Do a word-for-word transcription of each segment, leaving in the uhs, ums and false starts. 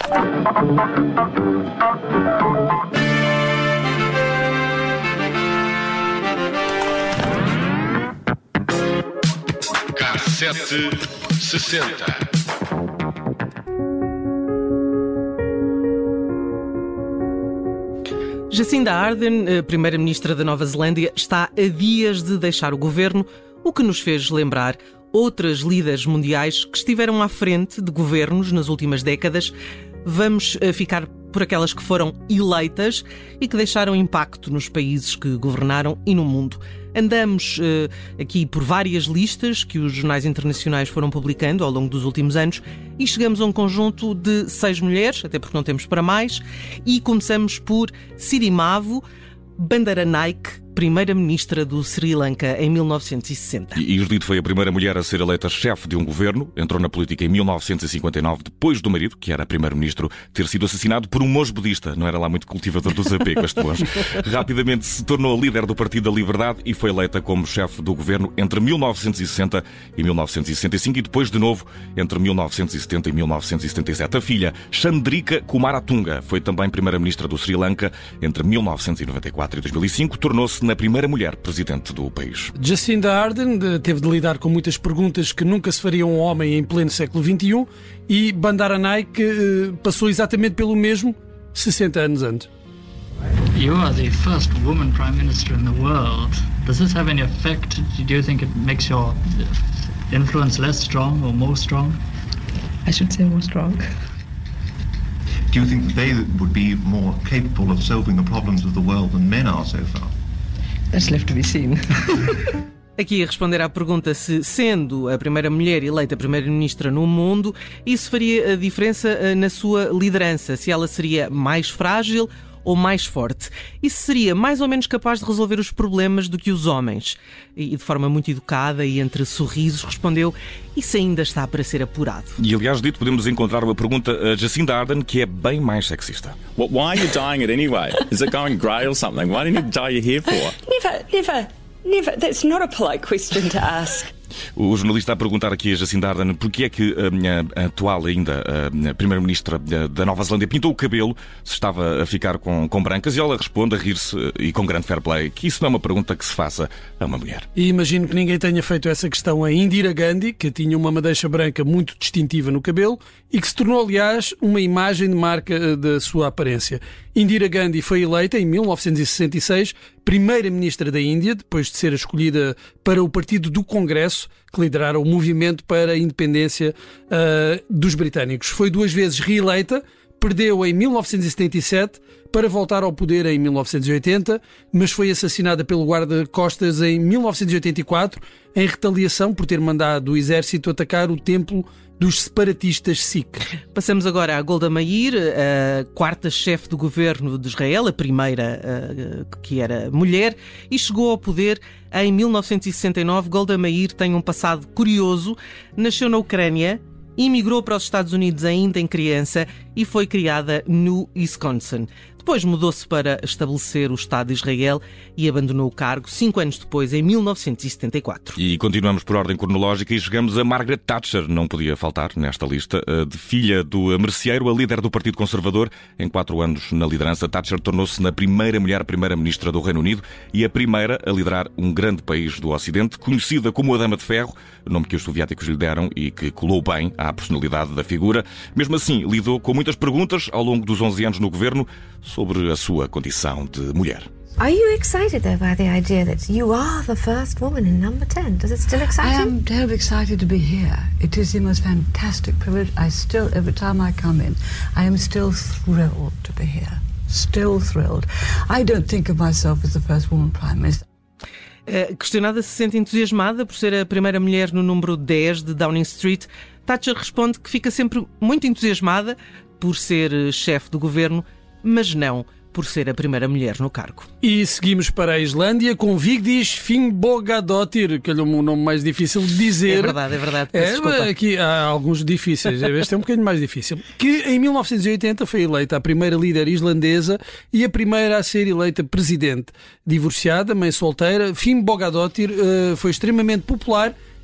Cassete sessenta. Jacinda Ardern, primeira-ministra da Nova Zelândia, está a dias de deixar o governo, o que nos fez lembrar outras líderes mundiais que estiveram à frente de governos nas últimas décadas. Vamos ficar por aquelas que foram eleitas e que deixaram impacto nos países que governaram e no mundo. Andamos uh, aqui por várias listas que os jornais internacionais foram publicando ao longo dos últimos anos e chegamos a um conjunto de seis mulheres, até porque não temos para mais, e começamos por Sirimavo Bandaranaike, primeira-ministra do Sri Lanka em mil novecentos e sessenta. E Judith foi a primeira mulher a ser eleita chefe de um governo. Entrou na política em mil novecentos e cinquenta e nove, depois do marido, que era primeiro-ministro, ter sido assassinado por um monge budista. Não era lá muito cultivador dos apegos, este monge. Rapidamente se tornou líder do Partido da Liberdade e foi eleita como chefe do governo entre mil novecentos e sessenta e mil novecentos e sessenta e cinco e depois, de novo, entre mil novecentos e setenta e mil novecentos e setenta e sete. A filha, Chandrika Kumaratunga, foi também primeira-ministra do Sri Lanka entre mil novecentos e noventa e quatro e dois mil e cinco. Tornou-se na primeira mulher presidente do país. Jacinda Ardern teve de lidar com muitas perguntas que nunca se faria a um homem em pleno século vinte e um e Bandaranaike passou exatamente pelo mesmo sessenta anos antes. You are the first woman prime minister in the world. Does this have any effect? Do you think it makes your influence less strong or more strong? I should say more strong. Do you think that they would be more capable of solving the problems of the world than men are so far? That's left to be seen. Aqui a responder à pergunta se, sendo a primeira mulher eleita primeira-ministra no mundo, isso faria a diferença na sua liderança, se ela seria mais frágil ou mais forte. Isso seria mais ou menos capaz de resolver os problemas do que os homens. E de forma muito educada e entre sorrisos respondeu: isso ainda está para ser apurado. E aliás, dito, podemos encontrar uma pergunta a Jacinda Ardern que é bem mais sexista. Well, why are you dyeing it anyway? Is it going grey or something? Why do you need to dye your hair for? Never, never, never. That's not a polite question to ask. O jornalista a perguntar aqui a Jacinda Ardern porque é que a minha atual ainda a primeira-ministra da Nova Zelândia pintou o cabelo, se estava a ficar com, com brancas, e ela responde a rir-se e com grande fair play que isso não é uma pergunta que se faça a uma mulher. E imagino que ninguém tenha feito essa questão a Indira Gandhi, que tinha uma madeixa branca muito distintiva no cabelo e que se tornou, aliás, uma imagem de marca da sua aparência. Indira Gandhi foi eleita em mil novecentos e sessenta e seis primeira-ministra da Índia, depois de ser escolhida para o Partido do Congresso, que liderara o movimento para a independência uh, dos britânicos. Foi duas vezes reeleita, perdeu em mil novecentos e setenta e sete para voltar ao poder em mil novecentos e oitenta, mas foi assassinada pelo guarda-costas em mil novecentos e oitenta e quatro, em retaliação por ter mandado o exército atacar o templo dos separatistas Sikh. Passamos agora a Golda Meir, a quarta chefe do governo de Israel, a primeira uh, que era mulher, e chegou ao poder em mil novecentos e sessenta e nove. Golda Meir tem um passado curioso. Nasceu na Ucrânia, imigrou para os Estados Unidos ainda em criança e foi criada no Wisconsin. Depois mudou-se para estabelecer o Estado de Israel e abandonou o cargo cinco anos depois, em mil novecentos e setenta e quatro. E continuamos por ordem cronológica e chegamos a Margaret Thatcher, não podia faltar nesta lista. De filha do merceeiro, a líder do Partido Conservador, em quatro anos na liderança, Thatcher tornou-se na primeira mulher primeira-ministra do Reino Unido e a primeira a liderar um grande país do Ocidente, conhecida como a Dama de Ferro, nome que os soviéticos lhe deram e que colou bem à personalidade da figura. Mesmo assim, lidou com muitas perguntas ao longo dos onze anos no governo sobre a sua condição de mulher. Are you excited though by the idea that you are the first woman in number ten? Does it still excite you? I am terribly excited to be here. It is the most fantastic privilege. I still, every time I come in, I am still thrilled to be here. Still thrilled. I don't think of myself as the first woman prime minister. Uh, questionada se sente entusiasmada por ser a primeira mulher no número dez de Downing Street, Thatcher responde que fica sempre muito entusiasmada por ser chefe do governo, mas não por ser a primeira mulher no cargo. E seguimos para a Islândia com Vigdís Finnbogadóttir, que é um nome mais difícil de dizer. É verdade, é verdade. É, aqui há alguns difíceis, este é um bocadinho mais difícil. Que em mil novecentos e oitenta foi eleita a primeira líder islandesa e a primeira a ser eleita presidente. Divorciada, mãe solteira, Finnbogadóttir uh, foi extremamente popular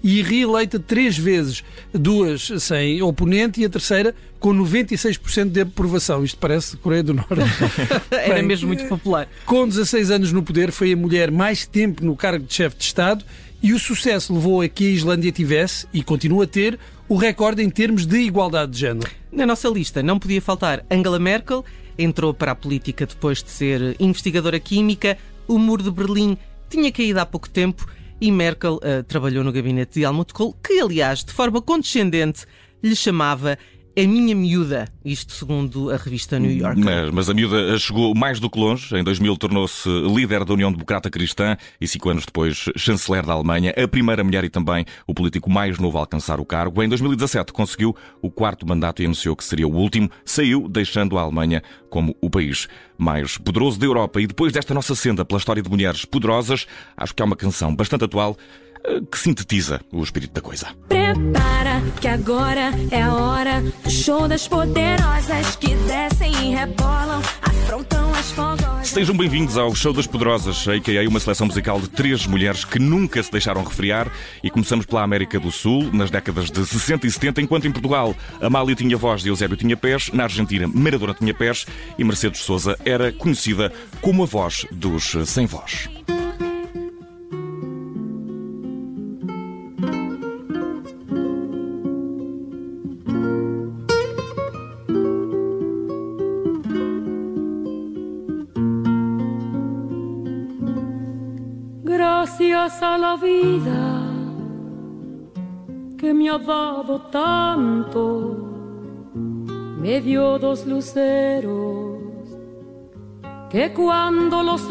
e reeleita três vezes, duas sem oponente e a terceira com noventa e seis por cento de aprovação. Isto parece Coreia do Norte. Era Bem, mesmo muito popular. Com dezasseis anos no poder, foi a mulher mais tempo no cargo de chefe de Estado e o sucesso levou a que a Islândia tivesse, e continua a ter, o recorde em termos de igualdade de género. Na nossa lista não podia faltar Angela Merkel, entrou para a política depois de ser investigadora química, o Muro de Berlim tinha caído há pouco tempo e Merkel uh, trabalhou no gabinete de Helmut Kohl, que aliás, de forma condescendente, lhe chamava a minha miúda, isto segundo a revista New York. Mas, mas a miúda chegou mais do que longe. Em dois mil tornou-se líder da União Democrata Cristã e cinco anos depois chanceler da Alemanha, a primeira mulher e também o político mais novo a alcançar o cargo. Em dois mil e dezassete conseguiu o quarto mandato e anunciou que seria o último. Saiu, deixando a Alemanha como o país mais poderoso da Europa. E depois desta nossa senda pela história de mulheres poderosas, acho que há uma canção bastante atual que sintetiza o espírito da coisa. Prepara que agora é a hora do show das poderosas que descem e rebolam, afrontam as fogosas. Sejam bem-vindos ao Show das Poderosas, a que é uma seleção musical de três mulheres que nunca se deixaram refriar, e começamos pela América do Sul, nas décadas de sessenta e setenta, enquanto em Portugal Amália tinha voz e Eusébio tinha pés, na Argentina Maradona tinha pés e Mercedes Sosa era conhecida como a voz dos sem voz. Gracias a la vida que me ha dado tanto, me dio dos luceros que cuando los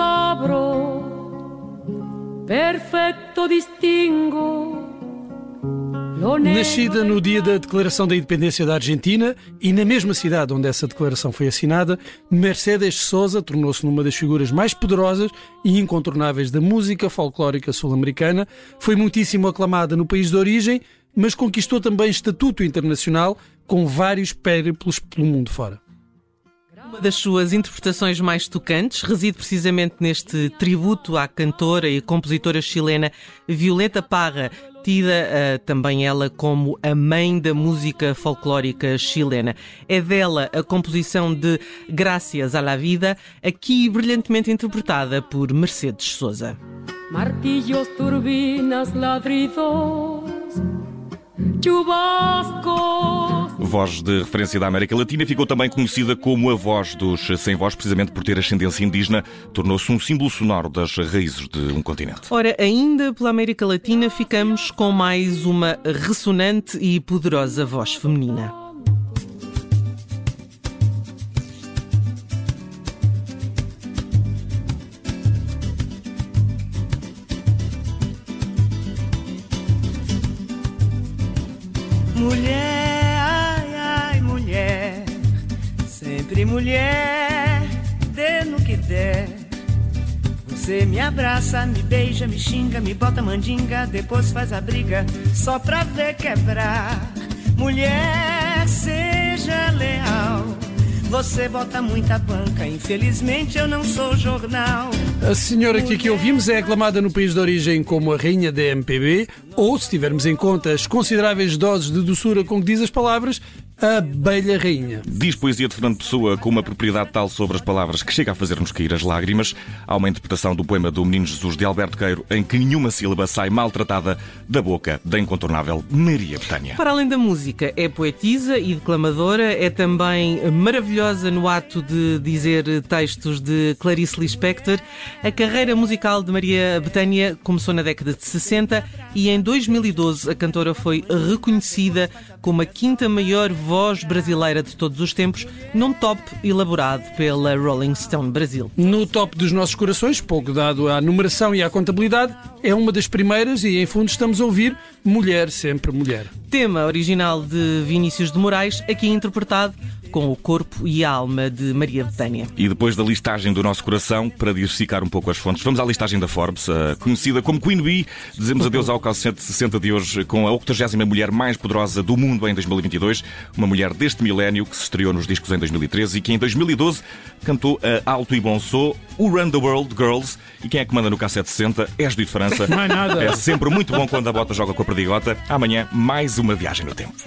abro perfecto distingo. Nascida no dia da declaração da independência da Argentina e na mesma cidade onde essa declaração foi assinada, Mercedes Sosa tornou-se numa das figuras mais poderosas e incontornáveis da música folclórica sul-americana. Foi muitíssimo aclamada no país de origem, mas conquistou também estatuto internacional com vários périplos pelo mundo fora. Uma das suas interpretações mais tocantes reside precisamente neste tributo à cantora e compositora chilena Violeta Parra, tida uh, também ela como a mãe da música folclórica chilena. É dela a composição de Gracias a la Vida, aqui brilhantemente interpretada por Mercedes Sosa. Martillos, turbinas, ladridos, chubascos. Voz de referência da América Latina, ficou também conhecida como a voz dos sem voz, precisamente por ter ascendência indígena, tornou-se um símbolo sonoro das raízes de um continente. Ora, ainda pela América Latina ficamos com mais uma ressonante e poderosa voz feminina. Mulher, ai, ai, mulher, sempre mulher, dê no que der. Você me abraça, me beija, me xinga, me bota mandinga, depois faz a briga só pra ver quebrar. Mulher, seja leal, você bota muita banca, infelizmente eu não sou jornal. A senhora que aqui ouvimos é aclamada no país de origem como a rainha da M P B, ou, se tivermos em conta as consideráveis doses de doçura com que diz as palavras, a abelha rainha. Diz poesia de Fernando Pessoa com uma propriedade tal sobre as palavras que chega a fazer-nos cair as lágrimas. Há uma interpretação do poema do Menino Jesus de Alberto Queiro em que nenhuma sílaba sai maltratada da boca da incontornável Maria Bethânia. Para além da música, é poetisa e declamadora, é também maravilhosa no ato de dizer textos de Clarice Lispector. A carreira musical de Maria Bethânia começou na década de sessenta e em dois mil e doze a cantora foi reconhecida como a quinta maior voz brasileira de todos os tempos, num top elaborado pela Rolling Stone Brasil. No top dos nossos corações, pouco dado à numeração e à contabilidade, é uma das primeiras e, em fundo, estamos a ouvir Mulher, Sempre Mulher. Tema original de Vinícius de Moraes, aqui interpretado com o corpo e a alma de Maria Betânia. E depois da listagem do nosso coração, para diversificar um pouco as fontes, vamos à listagem da Forbes, conhecida como Queen Bee. Dizemos adeus ao Cassete sessenta de hoje com a octogésima mulher mais poderosa do mundo em dois mil e vinte e dois, uma mulher deste milénio que se estreou nos discos em dois mil e treze e que em dois mil e doze cantou a alto e bom som o Run the World Girls. E quem é que manda no Cassete sessenta? É Judite de França. Não é nada. É sempre muito bom quando a bota joga com a perdigota. Amanhã, mais uma viagem no tempo.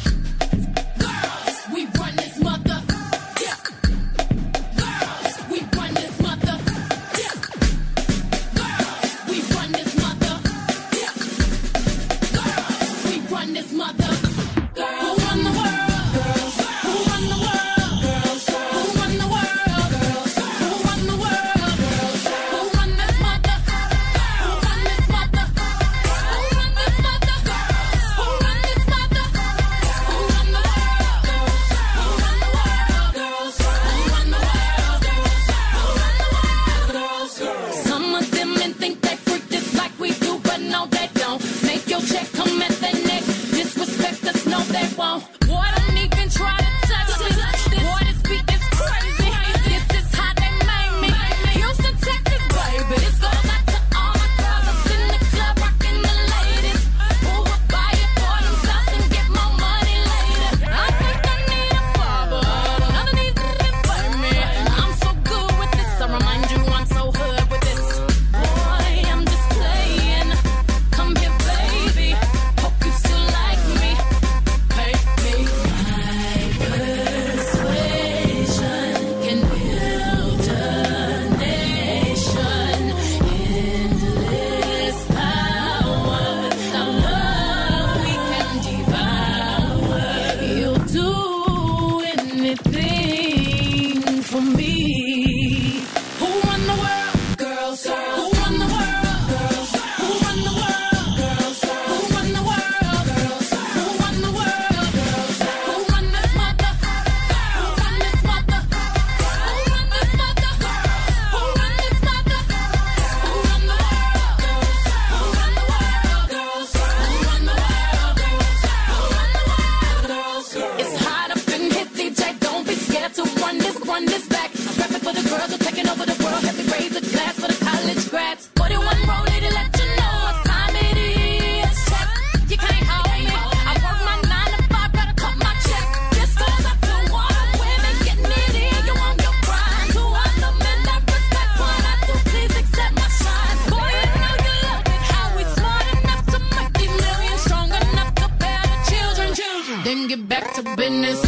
Then get back to business.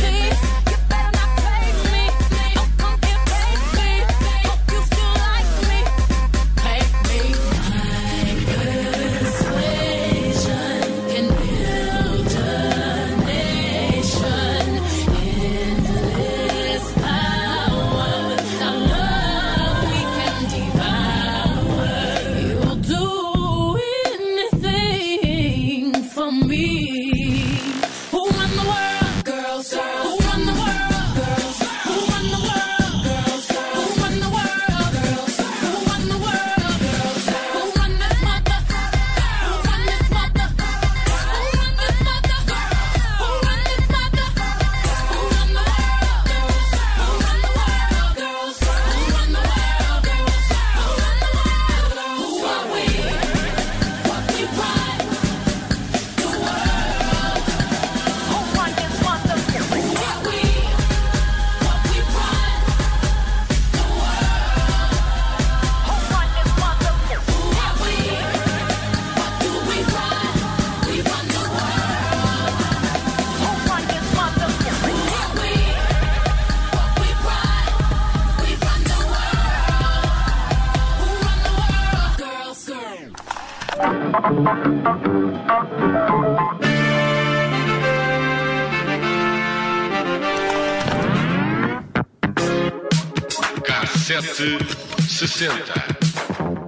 Cassete sessenta.